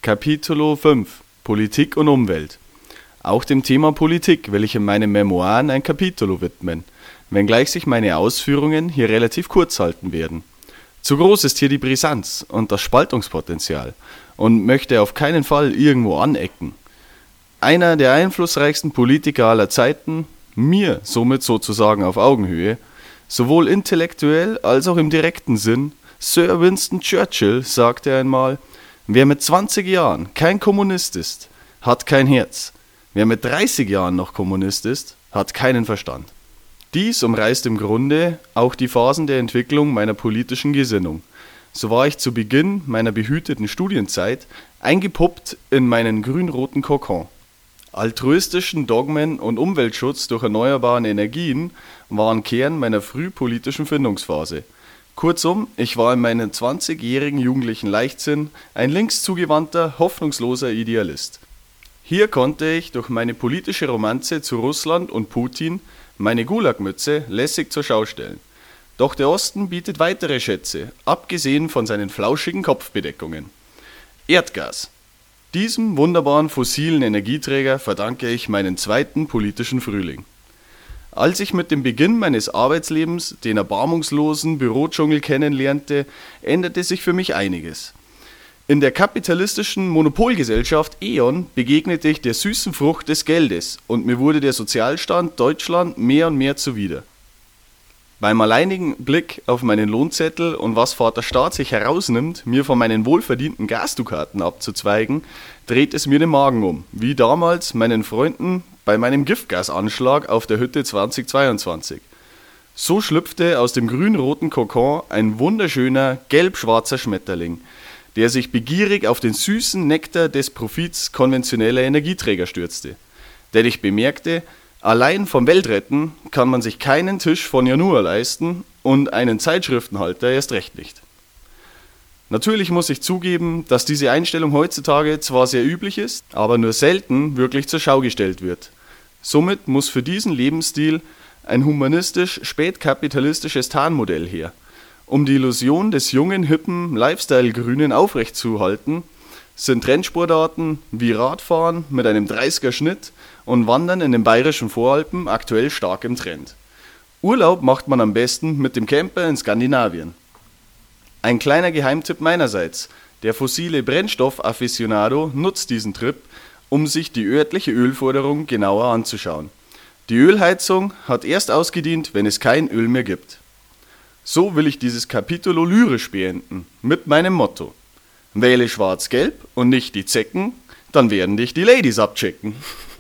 Capítulo 5 Politik und Umwelt. Auch dem Thema Politik will ich in meinen Memoiren ein Capítulo widmen, wenngleich sich meine Ausführungen hier relativ kurz halten werden. Zu groß ist hier die Brisanz und das Spaltungspotenzial und möchte auf keinen Fall irgendwo anecken. Einer der einflussreichsten Politiker aller Zeiten, mir somit sozusagen auf Augenhöhe, sowohl intellektuell als auch im direkten Sinn, Sir Winston Churchill sagte einmal: Wer mit 20 Jahren kein Kommunist ist, hat kein Herz. Wer mit 30 Jahren noch Kommunist ist, hat keinen Verstand. Dies umreißt im Grunde auch die Phasen der Entwicklung meiner politischen Gesinnung. So war ich zu Beginn meiner behüteten Studienzeit eingepuppt in meinen grün-roten Kokon. Altruistischen Dogmen und Umweltschutz durch erneuerbare Energien waren Kern meiner frühpolitischen Findungsphase. Kurzum, ich war in meinem 20-jährigen jugendlichen Leichtsinn ein linkszugewandter, hoffnungsloser Idealist. Hier konnte ich durch meine politische Romanze zu Russland und Putin meine Gulagmütze lässig zur Schau stellen. Doch der Osten bietet weitere Schätze, abgesehen von seinen flauschigen Kopfbedeckungen. Erdgas. Diesem wunderbaren fossilen Energieträger verdanke ich meinen zweiten politischen Frühling. Als ich mit dem Beginn meines Arbeitslebens den erbarmungslosen Bürodschungel kennenlernte, änderte sich für mich einiges. In der kapitalistischen Monopolgesellschaft E.ON begegnete ich der süßen Frucht des Geldes und mir wurde der Sozialstaat Deutschland mehr und mehr zuwider. Beim alleinigen Blick auf meinen Lohnzettel und was Vater Staat sich herausnimmt, mir von meinen wohlverdienten Gasdukaten abzuzweigen, dreht es mir den Magen um, wie damals meinen Freunden bei meinem Giftgasanschlag auf der Hütte 2022. So schlüpfte aus dem grün-roten Kokon ein wunderschöner gelb-schwarzer Schmetterling, der sich begierig auf den süßen Nektar des Profits konventioneller Energieträger stürzte. Denn ich bemerkte, allein vom Weltretten kann man sich keinen Tisch von Janua leisten und einen Zeitschriftenhalter erst recht nicht. Natürlich muss ich zugeben, dass diese Einstellung heutzutage zwar sehr üblich ist, aber nur selten wirklich zur Schau gestellt wird. Somit muss für diesen Lebensstil ein humanistisch-spätkapitalistisches Tarnmodell her. Um die Illusion des jungen, hippen Lifestyle-Grünen aufrechtzuerhalten, sind Trendsportarten wie Radfahren mit einem 30er Schnitt und Wandern in den bayerischen Voralpen aktuell stark im Trend. Urlaub macht man am besten mit dem Camper in Skandinavien. Ein kleiner Geheimtipp meinerseits: Der fossile Brennstoff-Afficionado nutzt diesen Trip, um sich die örtliche Ölforderung genauer anzuschauen. Die Ölheizung hat erst ausgedient, wenn es kein Öl mehr gibt. So will ich dieses Capítulo lyrisch beenden, mit meinem Motto: Wähle schwarz-gelb und nicht die Zecken, dann werden dich die Ladies abchecken.